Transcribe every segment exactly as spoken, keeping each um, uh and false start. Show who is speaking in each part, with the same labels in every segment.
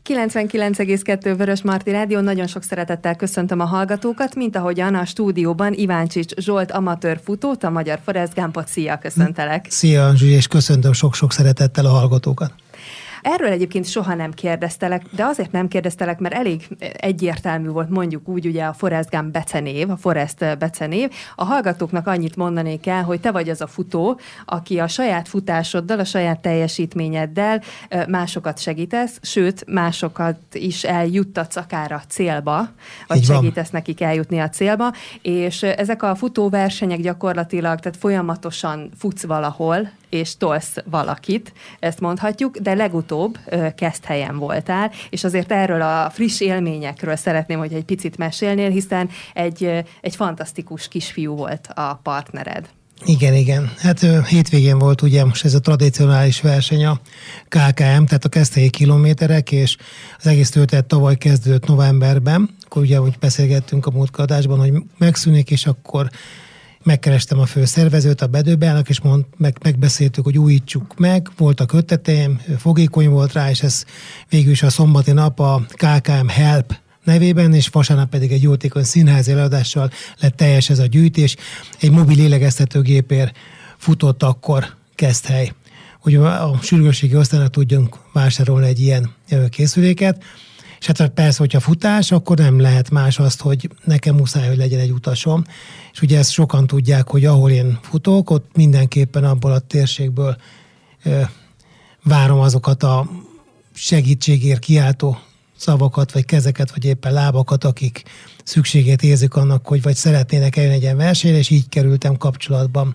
Speaker 1: kilencvenkilenc egész kettő Vörösmarty Rádió, nagyon sok szeretettel köszöntöm a hallgatókat, mint ahogyan a stúdióban Iváncsics Zsolt amatőr futót, a Magyar Forrest Gumpot. Szia, köszöntelek!
Speaker 2: Szia, Zsuzsi, és köszöntöm sok-sok szeretettel a hallgatókat!
Speaker 1: Erről egyébként soha nem kérdeztelek, de azért nem kérdeztelek, mert elég egyértelmű volt mondjuk úgy ugye a Forrest Gump becenév, a Forrest becenév. A hallgatóknak annyit mondanék el, hogy te vagy az a futó, aki a saját futásoddal, a saját teljesítményeddel másokat segítesz, sőt, másokat is eljuttatsz akár a célba, vagy segítesz nekik eljutni a célba, és ezek a futóversenyek gyakorlatilag, tehát folyamatosan futsz valahol, és tolsz valakit, ezt mondhatjuk, de legutóbb Keszthelyen voltál, és azért erről a friss élményekről szeretném, hogy egy picit mesélnél, hiszen egy, egy fantasztikus kisfiú volt a partnered.
Speaker 2: Igen, igen. Hát hétvégén volt ugye most ez a tradicionális verseny, a ká ká em, tehát a keszthelyi kilométerek, és az egész történet tavaly kezdődött novemberben, akkor ugye úgy beszélgettünk a múlt adásban, hogy megszűnik, és akkor megkerestem a főszervezőt, a Bedőbeának, és mond, meg, megbeszéltük, hogy újítsuk meg. Voltak ötleteim, fogékony volt rá, és ez végül is a szombati nap a ká ká em Help nevében, és vasárnap pedig egy jótékony színházi előadással lett teljes ez a gyűjtés. Egy mobil lélegeztetőgépért futott akkor Keszthely, hogy a sürgősségi osztálynak tudjunk vásárolni egy ilyen készüléket. És hát persze, hogyha futás, akkor nem lehet más azt, hogy nekem muszáj, hogy legyen egy utasom. És ugye ezt sokan tudják, hogy ahol én futok, ott mindenképpen abból a térségből ö, várom azokat a segítségért kiáltó szavakat, vagy kezeket, vagy éppen lábakat, akik szükségét érzik annak, hogy vagy szeretnének eljönni egy ilyen versenyre, és így kerültem kapcsolatban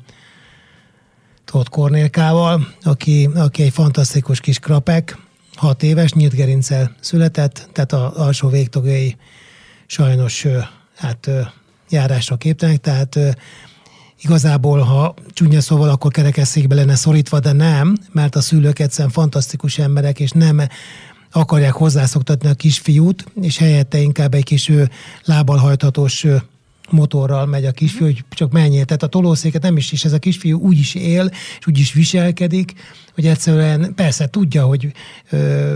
Speaker 2: Tóth Kornélkával, aki, aki egy fantasztikus kis krapek, hat éves, nyílt gerinccel született, tehát az alsó végtagjai sajnos hát járásra képtelenek, tehát igazából, ha csúnya szóval, akkor kerekesszékbe lenne szorítva, de nem, mert a szülők egyszerűen fantasztikus emberek, és nem akarják hozzászoktatni a kisfiút, és helyette inkább egy kis lábbal hajthatós motorral megy a kisfiú, hogy csak menjél. Tehát a tolószéket nem is, és ez a kisfiú úgy is él, és úgy is viselkedik, hogy egyszerűen persze tudja, hogy ö,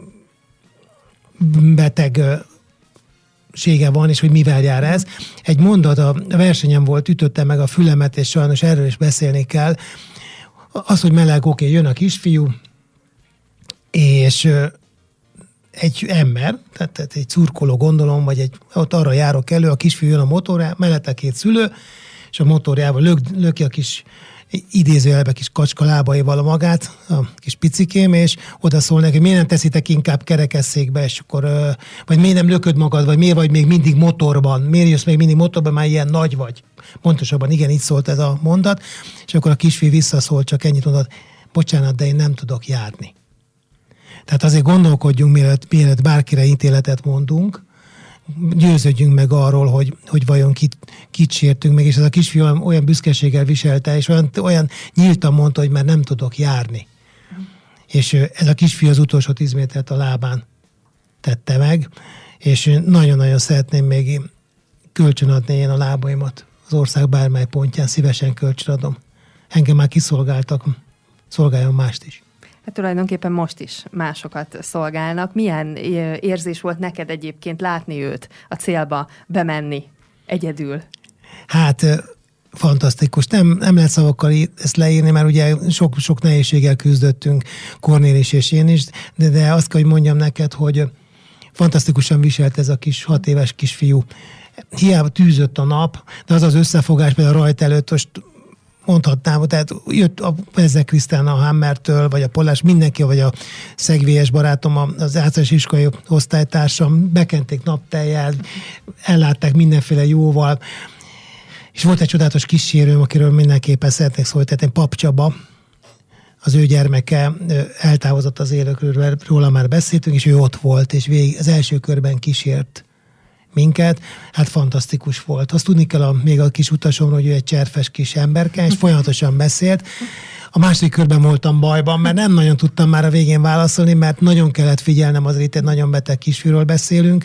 Speaker 2: betegsége van, és hogy mivel jár ez. Egy mondat a versenyen volt, ütötte meg a fülemet, és sajnos erről is beszélni kell. Az, hogy meleg, oké, jön a kisfiú, és egy ember, tehát, tehát egy szurkoló gondolom, vagy egy, ott arra járok elő, a kisfiú jön a motorjá, mellette két szülő, és a motorjával lök, löki a kis idézőjelbe kis kacska lábaival a magát, a kis picikém, és oda szól neki, hogy miért nem teszitek inkább kerekesszékbe, és akkor, vagy miért nem lököd magad, vagy miért vagy még mindig motorban, miért jössz még mindig motorban, már ilyen nagy vagy. Pontosabban igen, így szólt ez a mondat, és akkor a kisfiú visszaszólt, csak ennyit mondott, bocsánat, de én nem tudok járni. Tehát azért gondolkodjunk, mielőtt, mielőtt bárkire ítéletet mondunk, győződjünk meg arról, hogy, hogy vajon kit, kit sértünk meg, és ez a kisfiú olyan, olyan büszkeséggel viselte, és olyan, olyan nyíltan mondta, hogy már nem tudok járni. Mm. És ez a kisfiú az utolsó tíz métert a lábán tette meg, és nagyon-nagyon szeretném még kölcsönadni én a lábaimat az ország bármely pontján, szívesen kölcsönadom. Engem már kiszolgáltak, szolgáljon mást is.
Speaker 1: Hát tulajdonképpen most is másokat szolgálnak. Milyen érzés volt neked egyébként látni őt a célba bemenni egyedül?
Speaker 2: Hát fantasztikus. Nem, nem lehet szavakkal ezt leírni, mert ugye sok, sok nehézséggel küzdöttünk, Kornél is és én is, de, de azt kell, hogy mondjam neked, hogy fantasztikusan viselt ez a kis hat éves kisfiú. Hiába tűzött a nap, de az az összefogás, például a rajt előtt most mondhatnám, tehát jött a Pezze Krisztán a Hammertől, vagy a Pollás, mindenki, vagy a szegvélyes barátom, az általános iskolai osztálytársam, bekenték naptejjel, ellátták mindenféle jóval, és volt egy csodálatos kísérőm, akiről mindenképpen szeretnék szólni, tehát egy Pap Csaba, az ő gyermeke eltávozott az élőkről, róla már beszéltünk, és ő ott volt, és végig az első körben kísért minket, hát fantasztikus volt. Azt tudni kell a, még a kis utasomról, hogy ő egy cserfes kis emberke, és folyamatosan beszélt. A második körben voltam bajban, mert nem nagyon tudtam már a végén válaszolni, mert nagyon kellett figyelnem, azért itt egy nagyon beteg kisfiúról beszélünk,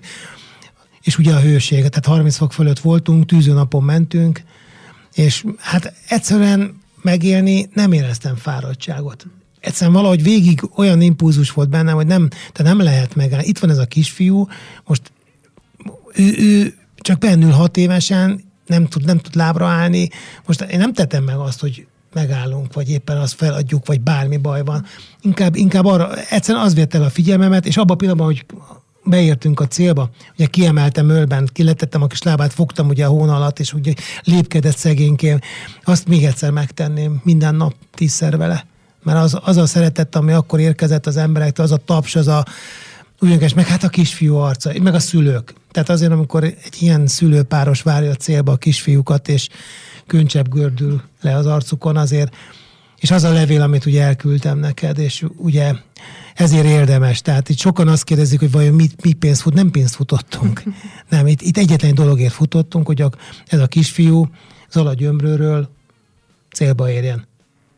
Speaker 2: és ugye a hőség, tehát harminc fok fölött voltunk, tűzőnapon mentünk, és hát egyszerűen megélni nem éreztem fáradtságot. egyszerűen valahogy végig olyan impulzus volt bennem, hogy nem, te nem lehet megállni. Itt van ez a kisfiú, most ő, ő csak bennül hat évesen, nem tud, nem tud lábra állni. Most én nem tettem meg azt, hogy megállunk, vagy éppen azt feladjuk, vagy bármi baj van. Inkább, inkább arra, egyszerűen az vett el a figyelmemet, és abban a pillanatban, hogy beértünk a célba, ugye kiemeltem ölben, kiletettem a kis lábát, fogtam ugye a hón alatt, és ugye lépkedett szegénykén. Azt még egyszer megtenném, minden nap tízszer vele. Mert az, az a szeretet, ami akkor érkezett az emberektől, az a taps, az a ugyankes, meg hát a kisfiú arca, meg a szülők. Tehát azért, amikor egy ilyen szülőpáros várja a célba a kisfiúkat, és könycsepp gördül le az arcukon azért, és az a levél, amit ugye elküldtem neked, és ugye ezért érdemes. Tehát itt sokan azt kérdezik, hogy vajon mi, mi pénzt fut, nem pénzt futottunk. Nem, itt, itt egyetlen dologért futottunk, hogy a, ez a kisfiú Zala Gyömrőről célba érjen.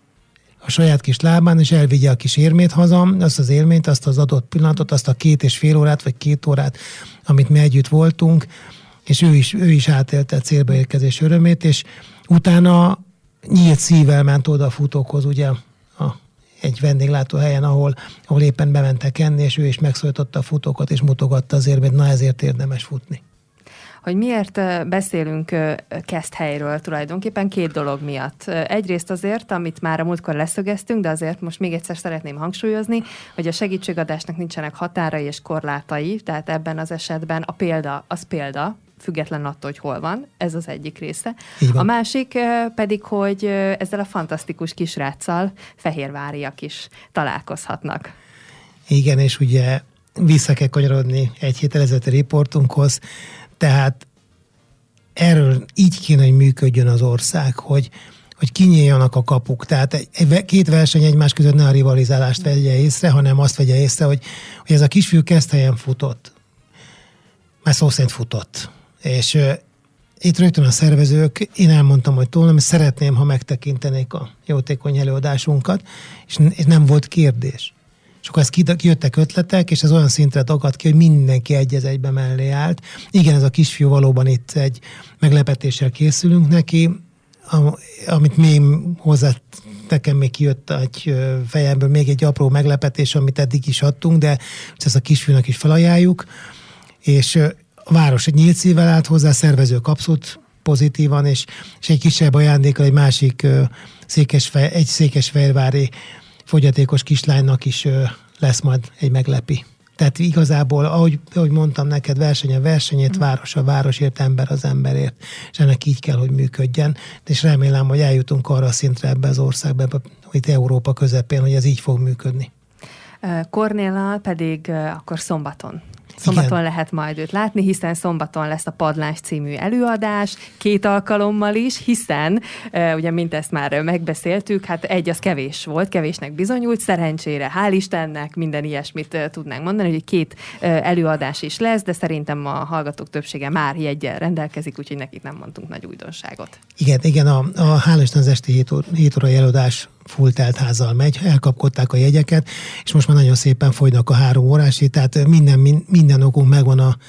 Speaker 2: A saját kis lábán, és elvigye a kis érmét haza, azt az élményt, azt az adott pillanatot, azt a két és fél órát, vagy két órát, amit mi együtt voltunk, és ő is, ő is átélte a célba érkezés örömét, és utána nyílt szívvel ment oda a futókhoz, ugye a, egy vendéglátóhelyen, ahol, ahol éppen bementek enni, és ő is megszólította a futókat, és mutogatta az érmét, na ezért érdemes futni.
Speaker 1: Hogy miért beszélünk Keszthelyről tulajdonképpen két dolog miatt. Egyrészt azért, amit már a múltkor leszögeztünk, de azért most még egyszer szeretném hangsúlyozni, hogy a segítségadásnak nincsenek határai és korlátai, tehát ebben az esetben a példa az példa, független attól, hogy hol van, ez az egyik része. A másik pedig, hogy ezzel a fantasztikus kisráccal fehérváriak is találkozhatnak.
Speaker 2: Igen, és ugye vissza kell kanyarodni egy héttel ezelőtti riportunkhoz, tehát erről így kéne, hogy működjön az ország, hogy, hogy kinyíljanak a kapuk. Tehát egy, egy, két verseny egymás között ne a rivalizálást vegye észre, hanem azt vegye észre, hogy, hogy ez a kisfiú Keszthelyen futott. Már szó szerint futott. És uh, itt rögtön a szervezők, én elmondtam, hogy tőlem, hogy szeretném, ha megtekintenék a jótékony előadásunkat, és, és nem volt kérdés. És akkor ezt kijöttek ötletek, és ez olyan szintre dagadt ki, hogy mindenki egy az egybe mellé állt. Igen, ez a kisfiú valóban itt egy meglepetéssel készülünk neki, amit még hozzá nekem még kijött egy fejemből még egy apró meglepetés, amit eddig is adtunk, de ezt a kisfiúnak is felajánljuk, és a város egy nyílt szívvel állt hozzá, szervezők abszolút pozitívan, és, és egy kisebb ajándékkal egy másik székesfej, egy székesfehérvári fogyatékos kislánynak is lesz majd egy meglepi. Tehát igazából, ahogy, ahogy mondtam neked, verseny a versenyét, város a városért, ember az emberért, és ennek így kell, hogy működjen. És remélem, hogy eljutunk arra a szintre ebbe az országba, ebbe, itt Európa közepén, hogy ez így fog működni.
Speaker 1: Kornéllal pedig akkor szombaton. Szombaton Igen. lehet majd őt látni, hiszen szombaton lesz a Padlás című előadás, két alkalommal is, hiszen, ugye mint ezt már megbeszéltük, hát egy az kevés volt, kevésnek bizonyult, szerencsére, hál' Istennek, minden ilyesmit tudnánk mondani, hogy két előadás is lesz, de szerintem a hallgatók többsége már jeggyel rendelkezik, úgyhogy nekik nem mondtunk nagy újdonságot.
Speaker 2: Igen, igen, a, a hál' Isten az esti hét órai előadás full telt házzal megy, elkapkodták a jegyeket, és most már nagyon szépen folynak a három órási, tehát minden, minden okunk megvan a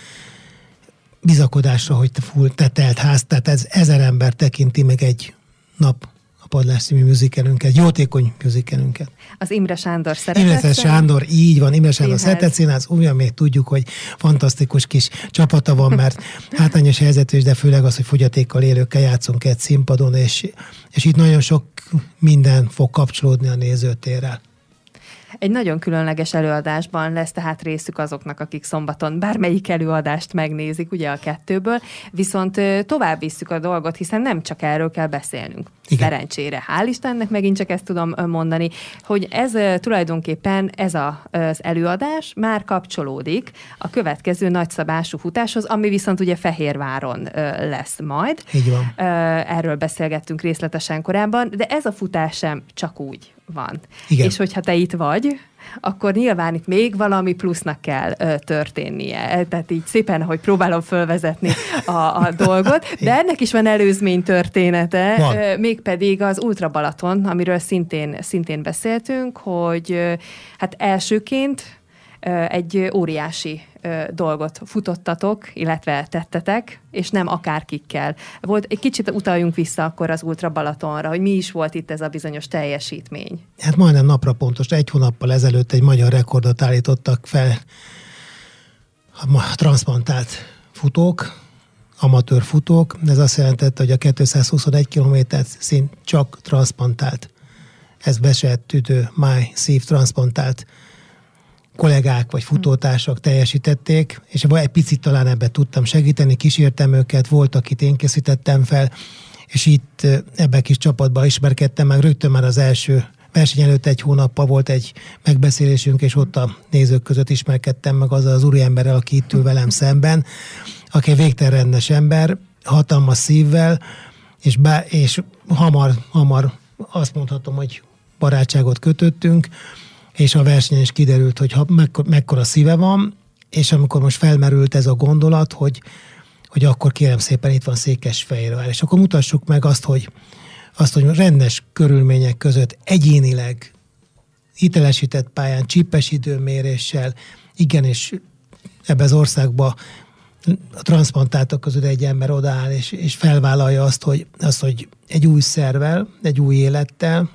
Speaker 2: bizakodásra, hogy full telt ház, tehát ez ezer ember tekinti meg egy nap a Padlás című műzikelünket, jótékony műzikelünket.
Speaker 1: Az Imre Sándor Szeretett
Speaker 2: Imre Sándor, így van, Imre Sándor Szeretett Színház, ugyan még tudjuk, hogy fantasztikus kis csapata van, mert hátrányos helyzetű is, de főleg az, hogy fogyatékkal élőkkel játszunk egy színpadon, és, és itt nagyon sok minden fog kapcsolódni a nézőtérrel.
Speaker 1: Egy nagyon különleges előadásban lesz tehát részük azoknak, akik szombaton bármelyik előadást megnézik, ugye a kettőből, viszont tovább visszük a dolgot, hiszen nem csak erről kell beszélnünk. Igen. Szerencsére, hál' Istennek, megint csak ezt tudom mondani, hogy ez tulajdonképpen ez a, az előadás már kapcsolódik a következő nagyszabású futáshoz, ami viszont ugye Fehérváron lesz majd.
Speaker 2: Így van.
Speaker 1: Erről beszélgettünk részletesen korábban, de ez a futás sem csak úgy van.
Speaker 2: Igen.
Speaker 1: És hogyha te itt vagy, akkor nyilván itt még valami plusznak kell ö, történnie. Tehát így szépen, hogy próbálom fölvezetni a, a dolgot, de ennek is van előzmény története, van. Ö, mégpedig az Ultra Balaton, amiről szintén, szintén beszéltünk, hogy ö, hát elsőként egy óriási dolgot futottatok, illetve tettetek, és nem akárkikkel. Volt, egy kicsit utaljunk vissza akkor az Ultra Balatonra, hogy mi is volt itt ez a bizonyos teljesítmény.
Speaker 2: Hát majdnem napra pontos, egy hónappal ezelőtt egy magyar rekordot állítottak fel a transzplantált futók, amatőr futók. Ez azt jelentette, hogy a kétszázhuszonegy kilométert szint csak transzplantált. Ez besett tüdő, máj, szív transzplantált kollégák vagy futótársak teljesítették, és egy picit talán ebben tudtam segíteni, kísértem őket, volt, akit én készítettem fel, és itt ebben kis csapatban ismerkedtem meg, rögtön már az első verseny előtt egy hónappal volt egy megbeszélésünk, és ott a nézők között ismerkedtem meg azzal az úriemberrel, aki itt ül velem szemben, aki egy végtelen rendes ember, hatalmas szívvel, és, bá, és hamar, hamar azt mondhatom, hogy barátságot kötöttünk, és a versenyen is kiderült, hogy ha mekkora, mekkora szíve van, és amikor most felmerült ez a gondolat, hogy, hogy akkor kérem szépen itt van Székesfehérvár, és akkor mutassuk meg azt, hogy, azt, hogy rendes körülmények között egyénileg hitelesített pályán, csípes időméréssel, igenis ebbe az országba a transzplantáltak között egy ember odaáll, és, és felvállalja azt hogy, azt, hogy egy új szervvel, egy új élettel,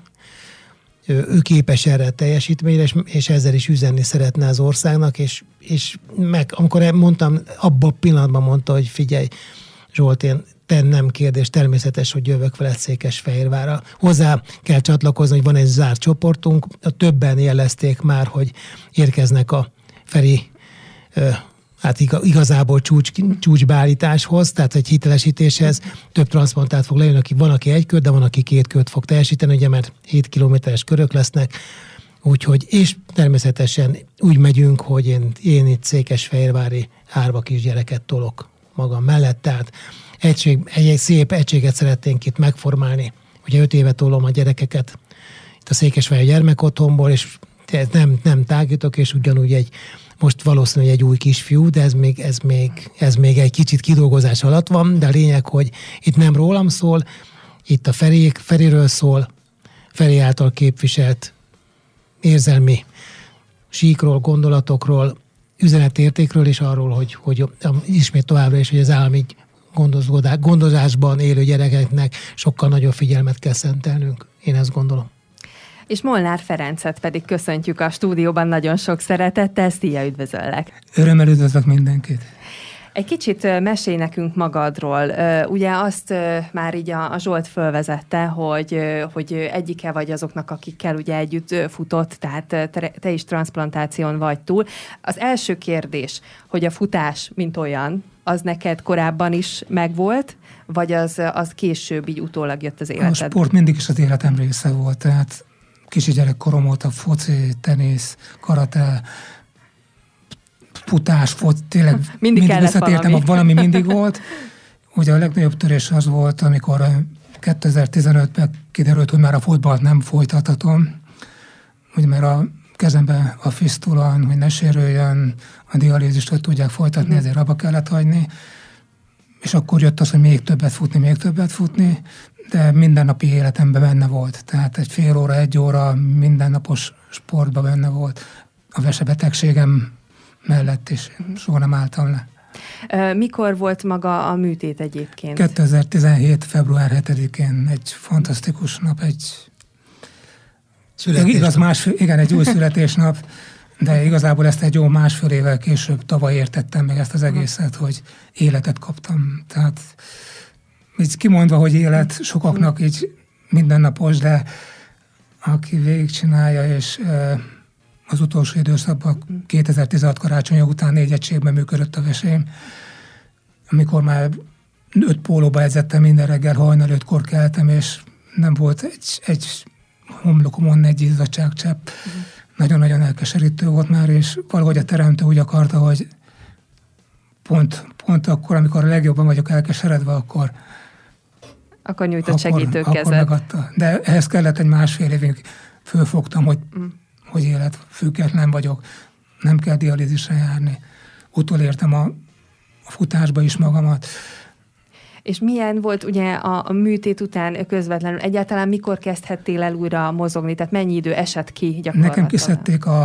Speaker 2: ő képes erre a teljesítményre, és, és ezzel is üzenni szeretne az országnak, és, és meg, amikor mondtam, abban a pillanatban mondta, hogy figyelj, Zsolt, én te nem kérdés, természetes, hogy jövök veled Székesfehérvárra. Hozzá kell csatlakozni, hogy van egy zárt csoportunk, a többen jelezték már, hogy érkeznek a Feri hát igazából csúcs, csúcsbeállításhoz, tehát egy hitelesítéshez több transzplantát fog lejönni, aki van, aki egy kört, de van, aki két kört fog teljesíteni, ugye, mert hét kilométeres körök lesznek, úgyhogy, és természetesen úgy megyünk, hogy én, én itt székesfehérvári árva kisgyereket tolok magam mellett, tehát egység, egy, egy szép egységet szeretnénk itt megformálni. Ugye öt éve tolom a gyerekeket itt a Székesfehérvári gyermekotthonból, és nem, nem tágítok, és ugyanúgy egy most valószínűleg egy új kisfiú, de ez még, ez, még, ez még egy kicsit kidolgozás alatt van, de a lényeg, hogy itt nem rólam szól, itt a Feri, Feriről szól, Feri által képviselt érzelmi síkról, gondolatokról, üzenetértékről, és arról, hogy, hogy ismét továbbra is, hogy az állami gondozásban élő gyerekeknek sokkal nagyobb figyelmet kell szentelnünk. Én ezt gondolom.
Speaker 1: És Molnár Ferencet pedig köszöntjük a stúdióban nagyon sok szeretettel. Szia, üdvözöllek!
Speaker 3: Örömmel üdvözlök mindenkit!
Speaker 1: Egy kicsit mesélj nekünk magadról. Ugye azt már így a Zsolt fölvezette, hogy, hogy egyike vagy azoknak, akikkel ugye együtt futott, tehát te, te is transzplantáción vagy túl. Az első kérdés, hogy a futás, mint olyan, az neked korábban is megvolt, vagy az, az később így utólag jött az életed?
Speaker 3: A sport mindig is az életem része volt, tehát kicsi gyerekkorom óta foci, tenisz, karate, futás, fot, tényleg
Speaker 1: mindig, mindig
Speaker 3: visszatértem,
Speaker 1: valami.
Speaker 3: valami mindig volt. Ugye a legnagyobb törés az volt, amikor kétezer-tizenötben kiderült, hogy már a futballt nem folytathatom, ugye mert a kezemben a fisztula, hogy ne sérüljön, a dialízist, hogy tudják folytatni, mm. ezért abba kellett hagyni. És akkor jött az, hogy még többet futni, még többet futni, de mindennapi életemben benne volt. Tehát egy fél óra, egy óra mindennapos sportban benne volt. A vesebetegségem mellett is soha nem álltam le.
Speaker 1: Mikor volt maga a műtét egyébként?
Speaker 3: kétezer-tizenhét. február hetedikén egy fantasztikus nap, egy igaz, másfél, igen, egy új születésnap, de igazából ezt egy jó másfél évvel később tavaly értettem meg ezt az egészet, hogy életet kaptam. Tehát így kimondva, hogy élet sokaknak így mindennapos, de aki végigcsinálja, és az utolsó időszakban kétezer-tizenhat karácsonya után négy egységben működött a vesém, amikor már öt pólóba edzettem minden reggel, hajnal ötkor keltem, és nem volt egy, egy homlokomon egy izzadságcsepp. Uh-huh. Nagyon-nagyon elkeserítő volt már, és valahogy a teremtő úgy akarta, hogy pont, pont akkor, amikor a legjobban vagyok elkeseredve, akkor
Speaker 1: akkor nyújtott segítőkezet.
Speaker 3: Akkor megadta. De ehhez kellett egy másfél évig, fölfogtam, hogy, mm. hogy életfüggetlen vagyok, nem kell dialízisre járni. Utolértem a, a futásba is magamat.
Speaker 1: És milyen volt ugye a, a műtét után közvetlenül? Egyáltalán mikor kezdhettél el újra mozogni? Tehát mennyi idő esett ki gyakorlatilag?
Speaker 3: Nekem kiszedték a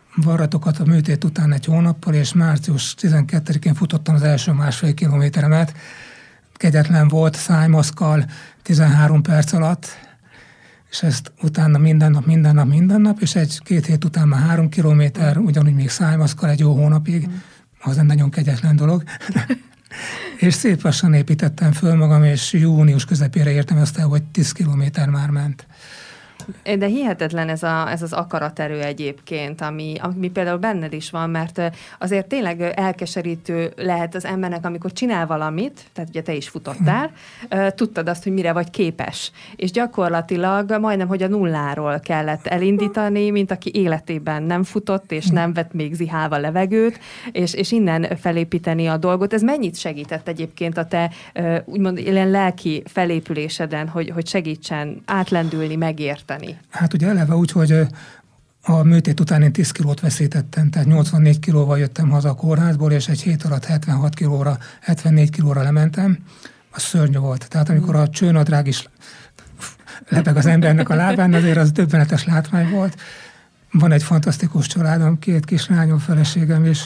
Speaker 3: varratokat a műtét után egy hónappal, és március tizenkettedikén futottam az első másfél kilométeremet. Kegyetlen volt, szájmaszkkal, tizenhárom perc alatt, és ezt utána minden nap, minden nap, minden nap, és egy-két hét után már három kilométer, ugyanúgy még szájmaszkkal egy jó hónapig, az egy nagyon kegyetlen dolog. És szép lassan építettem föl magam, és június közepére értem azt el, hogy tíz kilométer már ment.
Speaker 1: De hihetetlen ez, a, ez az akaraterő egyébként, ami, ami például benned is van, mert azért tényleg elkeserítő lehet az embernek, amikor csinál valamit, tehát ugye te is futottál, tudtad azt, hogy mire vagy képes. És gyakorlatilag majdnem, hogy a nulláról kellett elindítani, mint aki életében nem futott, és nem vett még zihálva levegőt, és, és innen felépíteni a dolgot. Ez mennyit segített egyébként a te úgymond ilyen lelki felépüléseden, hogy, hogy segítsen átlendülni, megérteni?
Speaker 3: Hát ugye eleve úgy, hogy a műtét után én tíz kilót veszítettem, tehát nyolcvannégy kilóval jöttem haza a kórházból, és egy hét alatt hetvenhat kilóra, hetvennégy kilóra lementem. Az szörnyű volt. Tehát amikor a csőnadrág is lebeg az embernek a lábán, azért az döbbenetes látvány volt. Van egy fantasztikus családom, két kislányom, feleségem, és,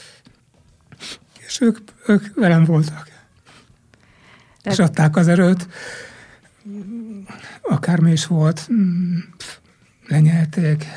Speaker 3: és ők, ők velem voltak. De... És adták az erőt. Akármi is volt, lenyelték.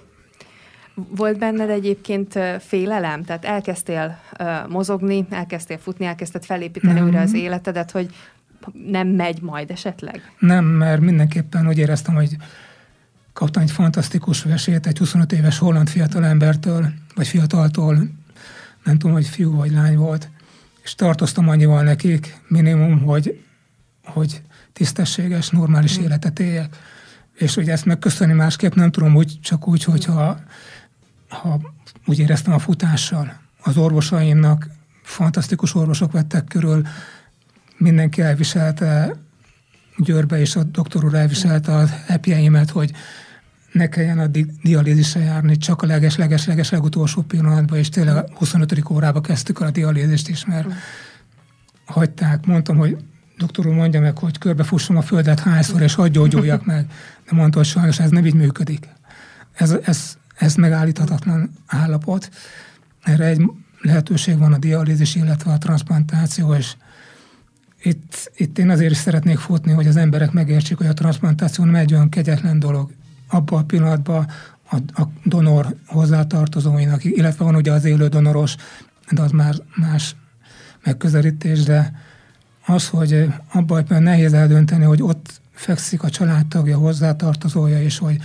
Speaker 1: Volt benned egyébként félelem? Tehát elkezdtél uh, mozogni, elkezdtél futni, elkezdted felépíteni nem. újra az életedet, hogy nem megy majd esetleg?
Speaker 3: Nem, mert mindenképpen úgy éreztem, hogy kaptam egy fantasztikus versét egy huszonöt éves holland fiatalembertől, vagy fiataltól, nem tudom, hogy fiú vagy lány volt, és tartoztam annyival nekik, minimum, hogy, hogy tisztességes, normális mm. életet éljek. És ugye ezt megköszönni másképp nem tudom, úgy, csak úgy, hogyha ha úgy éreztem a futással. Az orvosaimnak fantasztikus orvosok vettek körül, mindenki elviselte, Győrbe és a doktor úr elviselte az epjeimet, hogy ne kelljen a di- dialízisre járni, csak a leges-leges-leges legutolsó pillanatban, és tényleg a huszonötödik órába kezdtük el a dialízist is, mert mm. hagyták, mondtam, hogy doktor úr mondja meg, hogy körbefussam a földet hányszor, és hadd gyógyuljak meg. De mondta, hogy sajnos ez nem így működik. Ez, ez, ez megállíthatatlan állapot. Erre egy lehetőség van a dialízis, illetve a transzplantáció, és itt, itt én azért is szeretnék futni, hogy az emberek megértsék, hogy a transzplantáció nem egy olyan kegyetlen dolog. Abban a pillanatban a, a donor hozzátartozóinak, illetve van ugye az élő donoros, de az már más megközelítés, de az, hogy abban hogy nehéz eldönteni, hogy ott fekszik a családtagja, hozzátartozója, és hogy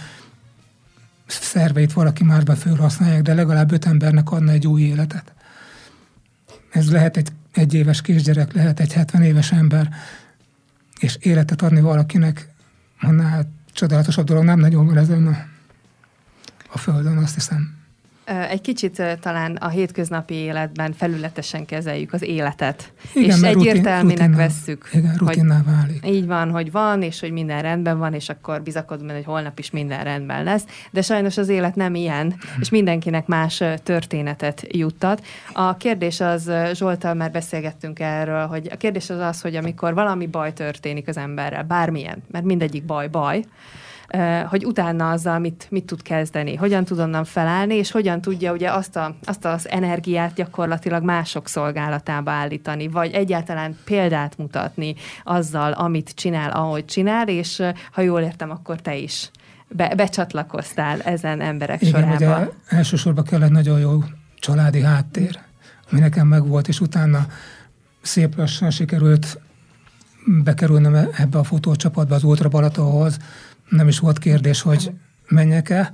Speaker 3: szerveit valaki másban felhasználják, de legalább öt embernek adna egy új életet. Ez lehet egy egyéves kisgyerek, lehet egy hetven éves ember, és életet adni valakinek, annál csodálatosabb dolog nem nagyon van ezen a, a földön, azt hiszem.
Speaker 1: Egy kicsit talán a hétköznapi életben felületesen kezeljük az életet.
Speaker 3: Igen,
Speaker 1: és egyértelműnek
Speaker 3: rutin,
Speaker 1: vesszük.
Speaker 3: Igen, rutinná válik.
Speaker 1: Így van, hogy van, és hogy minden rendben van, és akkor bizakodom, hogy holnap is minden rendben lesz. De sajnos az élet nem ilyen, nem. És mindenkinek más történetet juttat. A kérdés az, Zsolttal már beszélgettünk erről, hogy a kérdés az az, hogy amikor valami baj történik az emberrel, bármilyen, mert mindegyik baj, baj, hogy utána azzal mit, mit tud kezdeni, hogyan tud onnan felállni, és hogyan tudja ugye azt, a, azt az energiát gyakorlatilag mások szolgálatába állítani, vagy egyáltalán példát mutatni azzal, amit csinál, ahogy csinál, és ha jól értem, akkor te is be, becsatlakoztál ezen emberek
Speaker 3: Igen,
Speaker 1: sorába.
Speaker 3: ugye elsősorban kell egy nagyon jó családi háttér, ami nekem megvolt, és utána szép lassan sikerült bekerülnöm ebbe a futócsapatba, az Ultra Balatonhoz. Nem is volt kérdés, hogy menjek-e.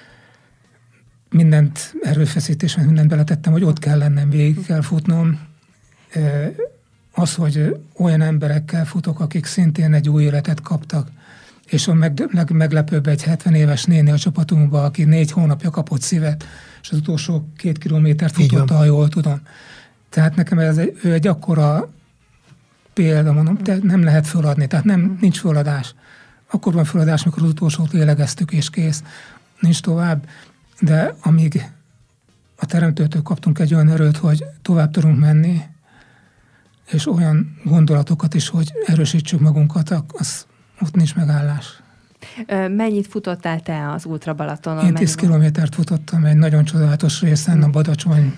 Speaker 3: Mindent erőfeszítés, mindent beletettem, hogy ott kell lennem, végig kell futnom. Az, hogy olyan emberekkel futok, akik szintén egy új életet kaptak, és a meglepőbb egy hetven éves néni a csapatunkban, aki négy hónapja kapott szívet, és az utolsó két kilométert futotta, ha jól tudom. Tehát nekem ez egy, ő egy akkora példa, mondom, de nem lehet föladni, tehát nem, nincs föladás. Akkor van föladás, amikor az utolsót lélegeztük, és kész. Nincs tovább. De amíg a Teremtőtől kaptunk egy olyan erőt, hogy tovább tudunk menni, és olyan gondolatokat is, hogy erősítsük magunkat, az ott nincs megállás.
Speaker 1: Mennyit futottál te az Ultra Balatonon?
Speaker 3: Én tíz kilométert futottam egy nagyon csodálatos részen, hmm. a Badacsony.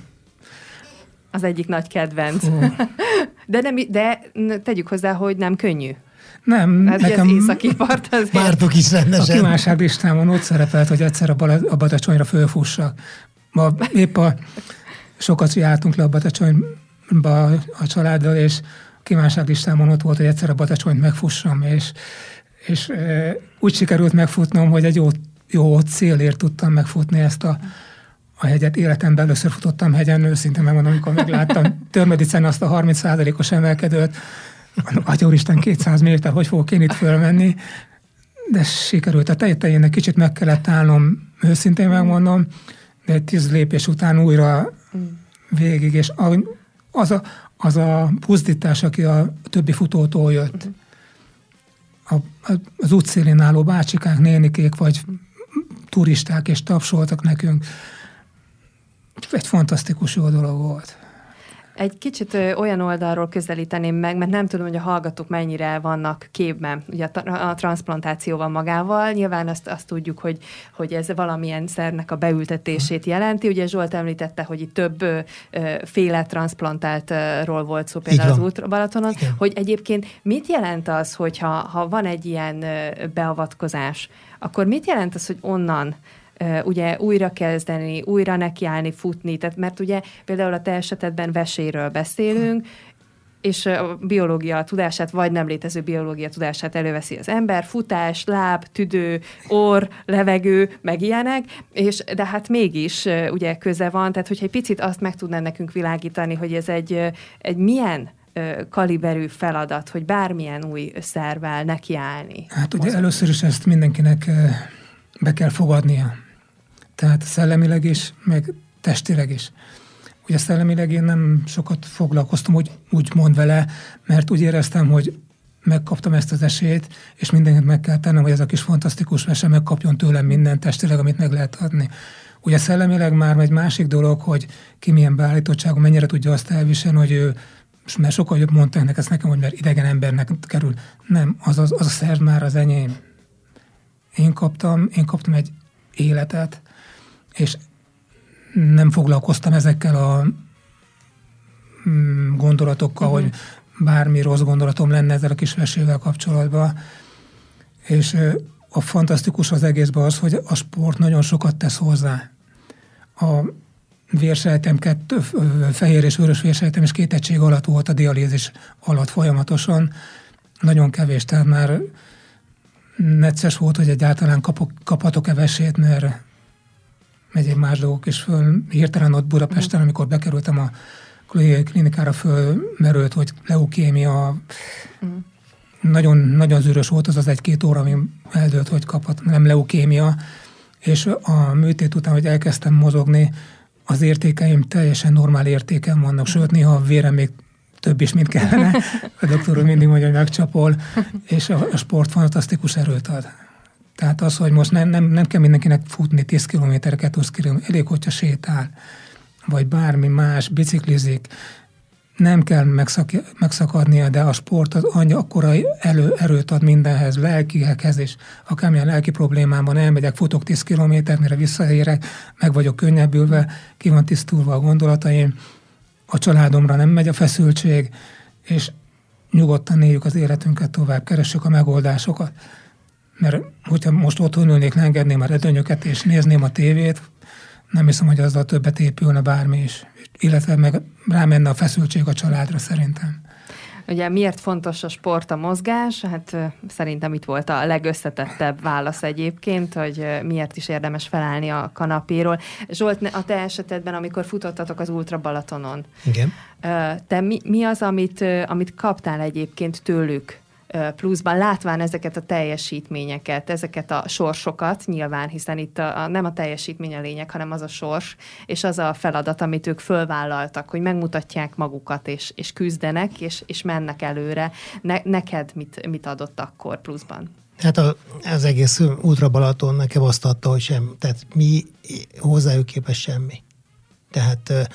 Speaker 1: Az egyik nagy kedvenc. de, nem, de tegyük hozzá, hogy nem könnyű.
Speaker 3: Nem,
Speaker 1: hát nekem... Az északi part azért.
Speaker 2: Vártok is rendesen.
Speaker 3: A kívánság listámon ott szerepelt, hogy egyszer a, Bala, a Badacsonyra fölfussak. Ma épp a, sokat jártunk le a Badacsonyba a családdal, és a kívánság listámon ott volt, hogy egyszer a Badacsonyt megfussam, és, és e, úgy sikerült megfutnom, hogy egy jó, jó célért tudtam megfutni ezt a, a hegyet. Életemben először futottam hegyen, őszintén megmondom, amikor megláttam Törmedicen azt a harminc százalékos emelkedőt, Atya úristen, kétszáz méter, hogy fogok én itt fölmenni, de sikerült. A tetejének kicsit meg kellett állnom, őszintén megmondom, de egy tíz lépés után újra végig, és az a, az a buzdítás, aki a többi futótól jött, a, az útszélén álló bácsikák, nénikék, vagy turisták, és tapsoltak nekünk, egy fantasztikus jó dolog volt.
Speaker 1: Egy kicsit ö, olyan oldalról közelíteném meg, mert nem tudom, hogy a hallgatók mennyire vannak képben ugye a, a transzplantációval magával. Nyilván azt, azt tudjuk, hogy, hogy ez valamilyen szernek a beültetését jelenti. Ugye Zsolt említette, hogy itt több ö, féle transzplantáltról volt szó például az Ultra Balatonon. Igen. Hogy egyébként mit jelent az, hogyha ha van egy ilyen ö, beavatkozás, akkor mit jelent az, hogy onnan Uh, ugye újra kezdeni, újra nekiállni, futni, tehát, mert ugye például a te esetedben veséről beszélünk, és a biológia tudását, vagy nem létező biológia tudását előveszi az ember, futás, láb, tüdő, orr, levegő, meg ilyenek, és de hát mégis ugye köze van, tehát hogyha egy picit azt meg tudnál nekünk világítani, hogy ez egy, egy milyen kaliberű feladat, hogy bármilyen új szervvel nekiállni.
Speaker 3: Hát ugye először is ezt mindenkinek be kell fogadnia. Tehát szellemileg is, meg testileg is. Ugye szellemileg én nem sokat foglalkoztam, úgy, úgy mond vele, mert úgy éreztem, hogy megkaptam ezt az esélyt, és mindenkit meg kell tennem, hogy ez a kis fantasztikus mese megkapjon tőlem minden testileg, amit meg lehet adni. Ugye szellemileg már egy másik dolog, hogy ki milyen beállítottságú, mennyire tudja azt elviselni, hogy ő, mert sokkal jobb mondták ezt nekem, hogy mert idegen embernek kerül. Nem, az, az, az a szerv már az enyém. Én kaptam, én kaptam egy életet, és nem foglalkoztam ezekkel a gondolatokkal, uh-huh. hogy bármi rossz gondolatom lenne ezzel a kis vesével kapcsolatban. És a fantasztikus az egészben az, hogy a sport nagyon sokat tesz hozzá. A vérsejtem, kettő, fehér és vörös vérsejtem, és két egység alatt volt a dialízis alatt folyamatosan. Nagyon kevés, tehát már necces volt, hogy egyáltalán kapok, kaphatok-e vesét, mert megyek más dolgok is föl. Hirtelen ott Budapesten, amikor bekerültem a klinikára, fölmerült, hogy leukémia. Mm. Nagyon, nagyon zűrös volt az az egy-két óra, ami eldőlt, hogy kaphat, nem leukémia. És a műtét után, hogy elkezdtem mozogni, az értékeim teljesen normál értéken vannak, sőt, néha a vérem még több is, mint kellene. A doktor úr mindig mondja, hogy megcsapol, és a, a sport fantasztikus erőt ad. Tehát az, hogy most nem, nem, nem kell mindenkinek futni tíz kilométereket, húsz kilométer, elég, hogyha sétál, vagy bármi más, biciklizik, nem kell megszak, megszakadnia, de a sport az annyi akkora elő, erőt ad mindenhez, lelkiekhez is. Akármilyen lelki problémám van, elmegyek, futok tíz kilométert, mire visszaérek, meg vagyok könnyebbülve, ki van tisztulva a gondolataim, a családomra nem megy a feszültség, és nyugodtan éljük az életünket tovább, keressük a megoldásokat. Mert hogyha most otthon ülnék, leengedném a redőnyöket, és nézném a tévét, nem hiszem, hogy azzal többet épülne bármi is. Illetve meg rámenne a feszültség a családra szerintem.
Speaker 1: Ugye miért fontos a sport, a mozgás? Hát szerintem itt volt a legösszetettebb válasz egyébként, hogy miért is érdemes felállni a kanapéról. Zsolt, a te esetedben, amikor futottatok az Ultra Balatonon,
Speaker 2: igen.
Speaker 1: Te mi, mi az, amit, amit kaptál egyébként tőlük pluszban, látván ezeket a teljesítményeket, ezeket a sorsokat nyilván, hiszen itt a, a, nem a teljesítmény a lényeg, hanem az a sors, és az a feladat, amit ők fölvállaltak, hogy megmutatják magukat, és, és küzdenek, és, és mennek előre. Ne, neked mit, mit adott akkor pluszban?
Speaker 2: Hát a, az egész Ultra Balaton nekem azt adta, hogy sem, tehát mi hozzájuk képest semmi. Tehát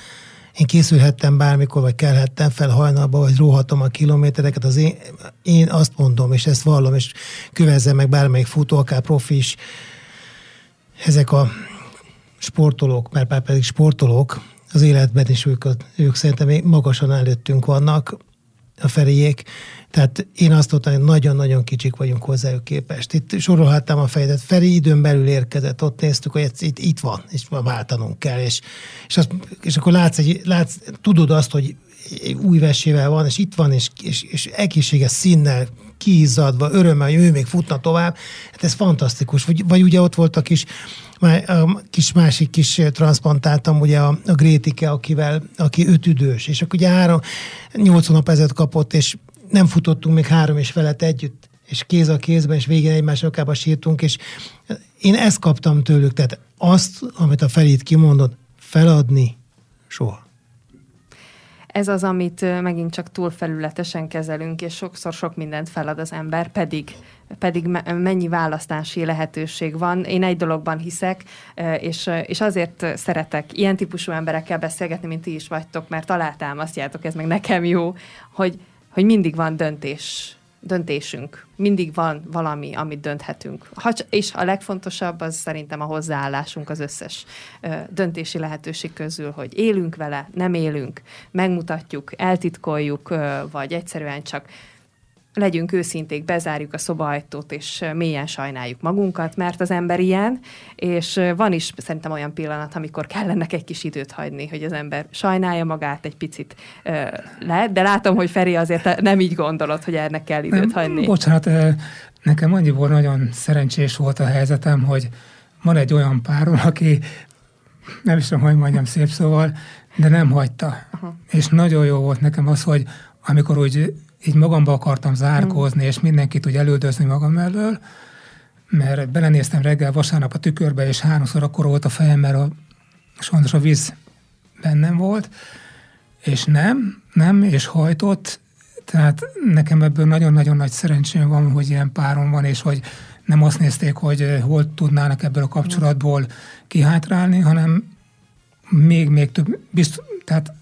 Speaker 2: Én készülhettem bármikor, vagy kelhettem fel hajnalba, vagy róhatom a kilométereket. Az én, én azt mondom, és ezt vallom, és kövezzem meg bármelyik futó, akár profi is, ezek a sportolók, mert már pedig sportolók, az életben is ők, ők szerintem még magasan előttünk vannak, a Feriék. Tehát én azt mondtam, hogy nagyon-nagyon kicsik vagyunk hozzájuk képest. Itt sorolhattam a fejedet. Feri időn belül érkezett, ott néztük, hogy itt, itt van, és váltanunk kell. És, és, azt, és akkor látsz, egy, látsz, tudod azt, hogy új vesével van, és itt van, és, és, és egészséges színnel, kiizzadva, örömmel, hogy ő még futna tovább. Hát ez fantasztikus. Vagy, vagy ugye ott volt a kis, a kis másik kis transzplantáltam, ugye a, a Grétike, akivel, aki ötüdős, és akkor ugye három, nyolcvan nap ezelőtt kapott, és nem futottunk még három és felett együtt, és kéz a kézben, és végén egymás rakába sírtunk, és én ezt kaptam tőlük, tehát azt, amit a Ferit kimondott, feladni soha.
Speaker 1: Ez az, amit megint csak túlfelületesen kezelünk, és sokszor sok mindent felad az ember, pedig, pedig mennyi választási lehetőség van. Én egy dologban hiszek, és, és azért szeretek ilyen típusú emberekkel beszélgetni, mint ti is vagytok, mert alátámasztjátok, ez meg nekem jó, hogy, hogy mindig van döntés, döntésünk. Mindig van valami, amit dönthetünk. Ha, és a legfontosabb az szerintem a hozzáállásunk az összes ö, döntési lehetőség közül, hogy élünk vele, nem élünk, megmutatjuk, eltitkoljuk, ö, vagy egyszerűen csak legyünk őszinték, bezárjuk a szobaajtót, és mélyen sajnáljuk magunkat, mert az ember ilyen, és van is szerintem olyan pillanat, amikor kell ennek egy kis időt hagyni, hogy az ember sajnálja magát egy picit uh, le, de látom, hogy Feri azért nem így gondolod, hogy ennek kell időt nem, hagyni.
Speaker 3: Bocsánat, nekem annyiból nagyon szerencsés volt a helyzetem, hogy van egy olyan párom, aki nem is tudom, hogy mondjam szép szóval, de nem hagyta. Aha. És nagyon jó volt nekem az, hogy amikor úgy így magamba akartam zárkózni, mm. és mindenkit úgy elüldözni magam elől, mert belenéztem reggel vasárnap a tükörbe, és háromszor akkor volt a fejem, mert a, sajnos a víz bennem volt, és nem, nem, és hajtott, tehát nekem ebből nagyon-nagyon nagy szerencsém van, hogy ilyen párom van, és hogy nem azt nézték, hogy hol tudnának ebből a kapcsolatból kihátrálni, hanem még-még több, biztos, tehát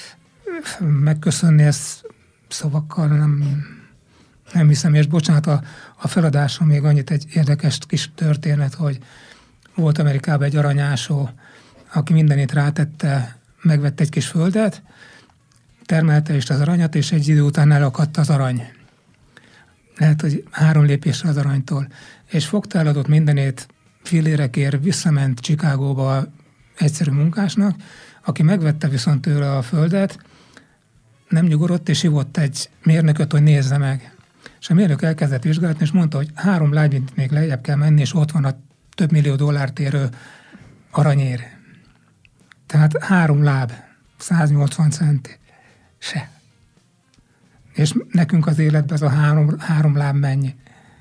Speaker 3: megköszönni ezt szavakkal nem, nem hiszem, és bocsánat, a, a feladásra még annyit egy érdekes kis történet, hogy volt Amerikában egy aranyásó, aki mindenét rátette, megvette egy kis földet, termelte is az aranyat, és egy idő után elakadt az arany. Lehet, hogy három lépésre az aranytól. És fogta, eladott mindenét fillérekért, visszament Chicagóba egyszerű munkásnak, aki megvette viszont tőle a földet, nem nyugodott, és hívott egy mérnököt, hogy nézze meg. És a mérnök elkezdett vizsgálni, és mondta, hogy három lábnyit még lejjebb kell menni, és ott van a több millió dollárt érő aranyér. Tehát három láb, száznyolcvan centi. Se. És nekünk az életben ez a három, három láb mennyi.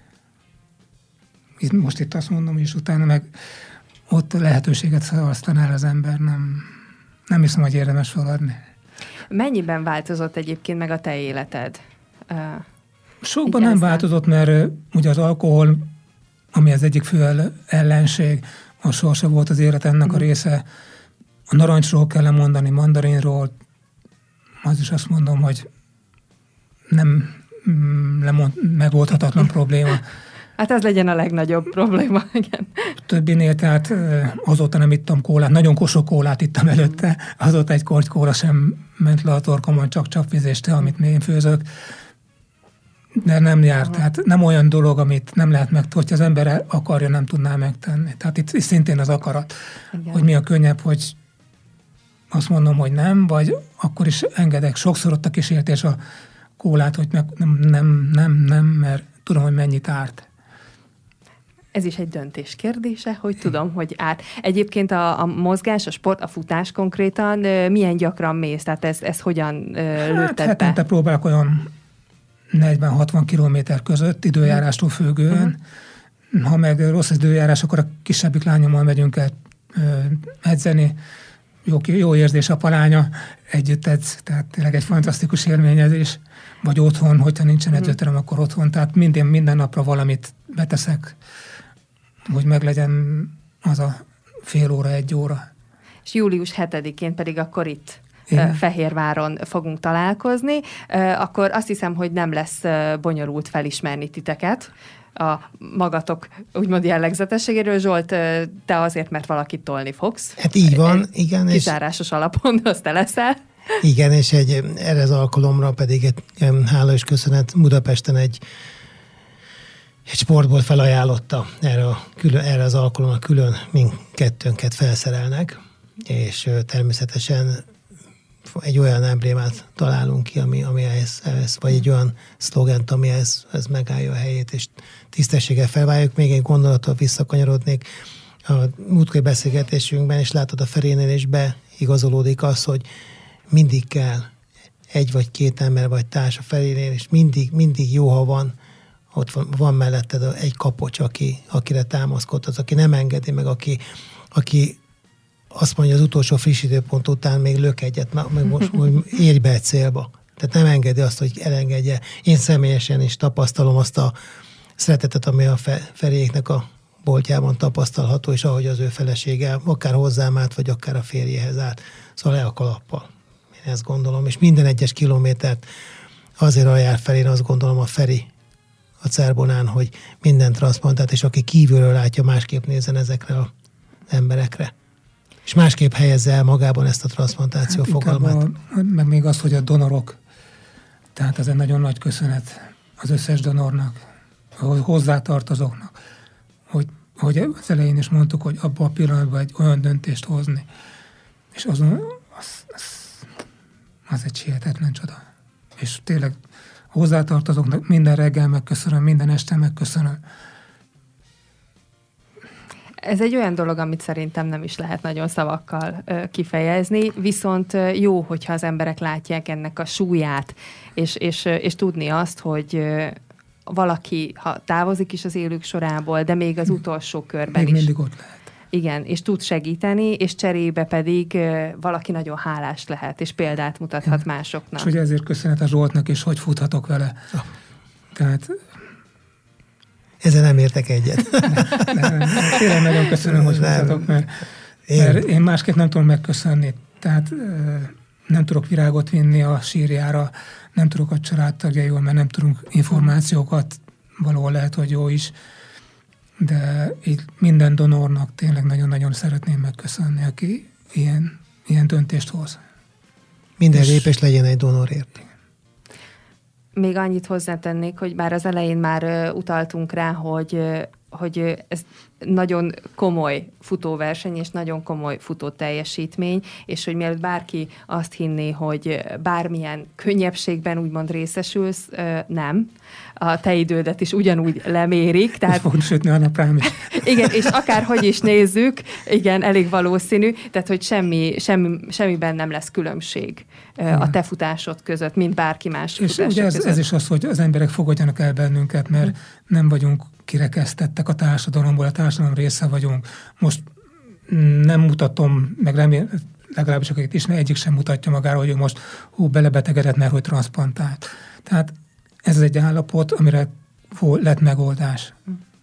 Speaker 3: Itt, most itt azt mondom, és utána meg ott lehetőséget szalasztan el az ember, nem, nem hiszem, hogy érdemes feladni.
Speaker 1: Mennyiben változott egyébként meg a te életed? Uh,
Speaker 3: Sokban nem változott, mert uh, ugye az alkohol, ami az egyik fő ellenség, az sohasem volt az életemnek mm. a része. A narancsról kell mondani, mandarinról, az is azt mondom, hogy nem mm, lemond, megoldhatatlan probléma.
Speaker 1: Hát ez legyen a legnagyobb probléma, igen.
Speaker 3: Többinél, tehát azóta nem ittam kólát, nagyon sok kólát ittam előtte, azóta egy korty kóla sem ment le a torkomon, csak csapvíz és te, amit én főzök, de nem jár, tehát nem olyan dolog, amit nem lehet meg, hogyha az ember akarja, nem tudná megtenni. Tehát itt szintén az akarat, igen. Hogy mi a könnyebb, hogy azt mondom, hogy nem, vagy akkor is engedek sokszor ott a kísértés a kólát, hogy meg nem, nem, nem, nem, mert tudom, hogy mennyit árt.
Speaker 1: Ez is egy döntés kérdése, hogy tudom, hogy át. Egyébként a, a mozgás, a sport, a futás konkrétan milyen gyakran mész? Tehát ez, ez hogyan lőtted hát, be?
Speaker 3: Hetente próbálok olyan negyven-hatvan kilométer között, időjárástól függően. Uh-huh. Ha meg rossz időjárás, akkor a kisebbik lányommal megyünk el edzeni. Jó, jó érzés a palánya, együtt edz, tehát tényleg egy fantasztikus élményezés. Vagy otthon, hogyha nincsen edzőterem, akkor otthon. Tehát minden, minden napra valamit beteszek, hogy meglegyen az a fél óra, egy óra.
Speaker 1: És július hetedikén pedig akkor itt Igen. Fehérváron fogunk találkozni, akkor azt hiszem, hogy nem lesz bonyolult felismerni titeket a magatok úgymond jellegzetességéről. Zsolt, te azért, mert valakit tolni fogsz.
Speaker 2: Hát így van, igen.
Speaker 1: Kizárásos és... alapon, azt te leszel.
Speaker 2: Igen, és egy, erre az alkalomra pedig egy, hála és köszönet, Budapesten egy, egy sportbolt felajánlotta erre, a külön, erre az alkalomra külön mindkettőnket felszerelnek, és természetesen egy olyan emblémát találunk ki, ami, ami ehhez, ehhez, vagy egy olyan szlogent, ami ez, ez megállja a helyét, és tisztességgel felváljuk. Még egy gondolatot visszakanyarodnék a múltkori beszélgetésünkben, és látod a Ferénél is beigazolódik az, hogy mindig kell egy vagy két ember vagy társ a Ferénél, és mindig, mindig jó, ha van, ott van, van melletted egy kapocs, aki, akire támaszkodsz, aki nem engedi meg, aki, aki azt mondja, az utolsó friss időpont után még lök egyet, meg most hogy érj be egy célba. Tehát nem engedi azt, hogy elengedje. Én személyesen is tapasztalom azt a szeretetet, ami a Feréknek a boltjában tapasztalható, és ahogy az ő felesége akár hozzám állt, vagy akár a férjéhez állt. Szóval le a kalappal. Én ezt gondolom. És minden egyes kilométert azért ajánl fel, én azt gondolom a Feri a Cerbonán, hogy minden transzplantát, és aki kívülről látja, másképp nézzen ezekre az emberekre. És másképp helyezze el magában ezt a transzplantáció hát fogalmát.
Speaker 3: A, meg még az, hogy a donorok, tehát ez egy nagyon nagy köszönet az összes donornak, hogy hozzátartozóknak, hogy, hogy az elején is mondtuk, hogy abban a pillanatban egy olyan döntést hozni, és azon, az, az, az egy hihetetlen csoda. És tényleg hozzátartozóknak minden reggel megköszönöm, minden este megköszönöm.
Speaker 1: Ez egy olyan dolog, amit szerintem nem is lehet nagyon szavakkal ö, kifejezni, viszont ö, jó, hogyha az emberek látják ennek a súlyát, és, és, ö, és tudni azt, hogy ö, valaki, ha távozik is az élők sorából, de még az utolsó körben
Speaker 3: még
Speaker 1: is.
Speaker 3: mindig ott lehet.
Speaker 1: Igen, és tud segíteni, és cserébe pedig ö, valaki nagyon hálás lehet, és példát mutathat
Speaker 3: Igen.
Speaker 1: másoknak.
Speaker 3: És hogy ezért köszönet a Zsoltnak is, hogy futhatok vele. Oh. Tehát...
Speaker 2: Ezzel nem értek egyet.
Speaker 3: Nem, nem, tényleg nagyon köszönöm, hogy futhatok, mert, mert én másképp nem tudom megköszönni. Tehát nem tudok virágot vinni a sírjára, nem tudok a családtagjaival, mert nem tudunk információkat, valahol lehet, hogy jó is, de így minden donornak tényleg nagyon-nagyon szeretném megköszönni, aki ilyen, ilyen döntést hoz.
Speaker 2: Minden és... lépés legyen egy donorért.
Speaker 1: Még annyit hozzátennék, hogy bár az elején már uh, utaltunk rá, hogy, uh, hogy uh, ez nagyon komoly futóverseny, és nagyon komoly futóteljesítmény, és hogy mielőtt bárki azt hinné, hogy bármilyen könnyebbségben úgymond részesülsz, uh, nem. A te idődet is ugyanúgy lemérik.
Speaker 3: Tehát... Fogod sütni a napám is.
Speaker 1: Igen, és akárhogy is nézzük, igen, elég valószínű, tehát hogy semmi, semmi, semmiben nem lesz különbség igen. a te futásod között, mint bárki más
Speaker 3: és
Speaker 1: futása
Speaker 3: ugye ez,
Speaker 1: között.
Speaker 3: ez is az, hogy az emberek fogadjanak el bennünket, mert hmm. nem vagyunk kirekesztettek a társadalomból, a társadalom része vagyunk. Most nem mutatom, meg remélem, legalábbis akik ismer, egyik sem mutatja magára, hogy ő most hú, belebetegedett, mert hogy transzplantált. Tehát ez egy állapot, amire lett megoldás.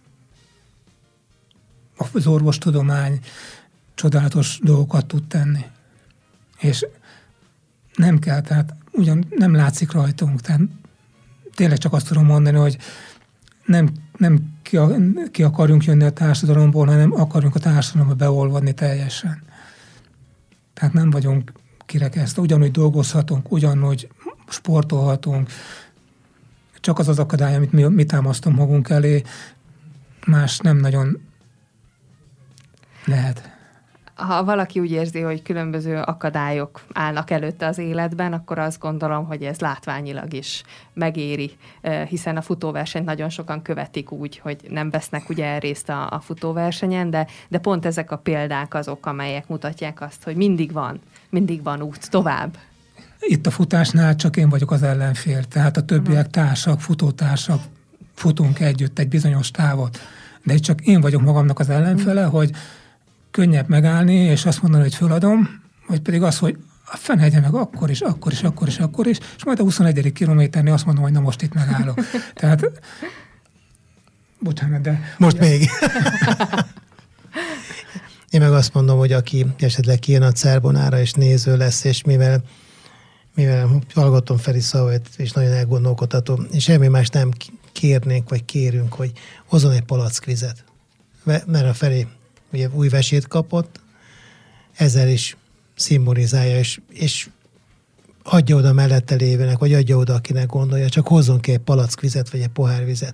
Speaker 3: Az orvostudomány csodálatos dolgokat tud tenni. És nem kell, tehát ugyan nem látszik rajtunk. Tehát tényleg csak azt tudom mondani, hogy nem, nem ki, ki akarjunk jönni a társadalomból, hanem akarjunk a társadalomba beolvadni teljesen. Tehát nem vagyunk kirekesztve. Ugyanúgy dolgozhatunk, ugyanúgy sportolhatunk. Csak az az akadály, amit mi, mi támasztunk magunk elé, más nem nagyon lehet.
Speaker 1: Ha valaki úgy érzi, hogy különböző akadályok állnak előtte az életben, akkor azt gondolom, hogy ez látványilag is megéri, hiszen a futóversenyt nagyon sokan követik úgy, hogy nem vesznek ugye részt a, a futóversenyen, de, de pont ezek a példák azok, amelyek mutatják azt, hogy mindig van, mindig van út tovább.
Speaker 3: Itt a futásnál csak én vagyok az ellenfél, tehát a többiek társak, futótársak, futunk együtt egy bizonyos távot, de itt csak én vagyok magamnak az ellenfele, hogy könnyebb megállni, és azt mondani, hogy föladom, vagy pedig az, hogy a fenn meg akkor is, akkor is, akkor is, akkor is, és majd a huszonegyedik kilométernél azt mondom, hogy na most itt megállok. Tehát, bocsánat, de...
Speaker 2: Most ugye, még. Én meg azt mondom, hogy aki esetleg kijön a Cerbonára és néző lesz, és mivel, mivel hallgatom Feri szavait, és nagyon elgondolkodható, és semmi más nem kérnénk, vagy kérünk, hogy hozzon egy palackvizet. Mert a Feri ugye új vesét kapott, ezzel is szimbolizálja, és, és adja oda mellette lévőnek, vagy adja oda, akinek gondolja, csak hozzon ki egy palackvizet, vagy egy pohárvizet.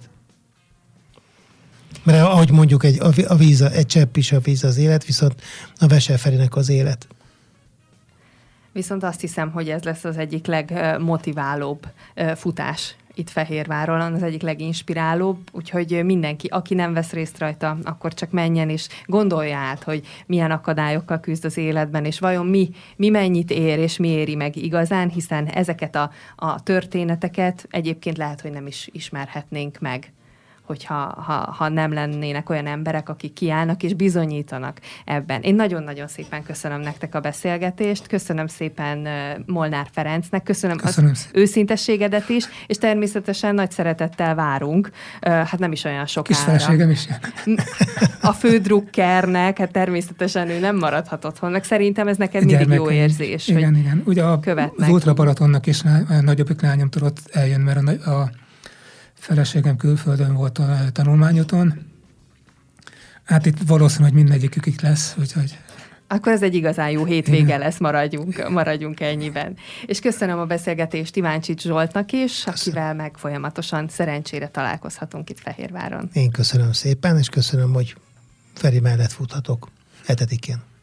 Speaker 2: Mert ahogy mondjuk egy, a víz, egy csepp is a víz az élet, viszont a Vese Ferinek az élet.
Speaker 1: Viszont azt hiszem, hogy ez lesz az egyik legmotiválóbb futás itt Fehérváron, az egyik leginspirálóbb, úgyhogy mindenki, aki nem vesz részt rajta, akkor csak menjen és gondolja át, hogy milyen akadályokkal küzd az életben, és vajon mi, mi mennyit ér, és mi éri meg igazán, hiszen ezeket a, a történeteket egyébként lehet, hogy nem is ismerhetnénk meg, hogyha ha, ha nem lennének olyan emberek, akik kiállnak és bizonyítanak ebben. Én nagyon-nagyon szépen köszönöm nektek a beszélgetést, köszönöm szépen Molnár Ferencnek, köszönöm, köszönöm az szépen. Őszintességedet is, és természetesen nagy szeretettel várunk, hát nem is olyan sokára.
Speaker 3: Kis feleségem is jön.
Speaker 1: A fődrukkernek, hát természetesen ő nem maradhat otthon, meg szerintem ez neked mindig jó érzés.
Speaker 3: Igen, hogy igen. Ugye a, az Ultra Balatonnak is nagyobbik lányom tudott eljönni, mert a, a feleségem külföldön volt a tanulmányúton. Hát itt valószínű, hogy mindegyikük itt lesz, úgyhogy...
Speaker 1: Akkor ez egy igazán jó hétvége Igen. lesz, maradjunk, maradjunk ennyiben. És köszönöm a beszélgetést Iváncsics Zsoltnak is, köszönöm. Akivel meg folyamatosan szerencsére találkozhatunk itt Fehérváron.
Speaker 2: Én köszönöm szépen, és köszönöm, hogy Feri mellett futhatok hetedikén.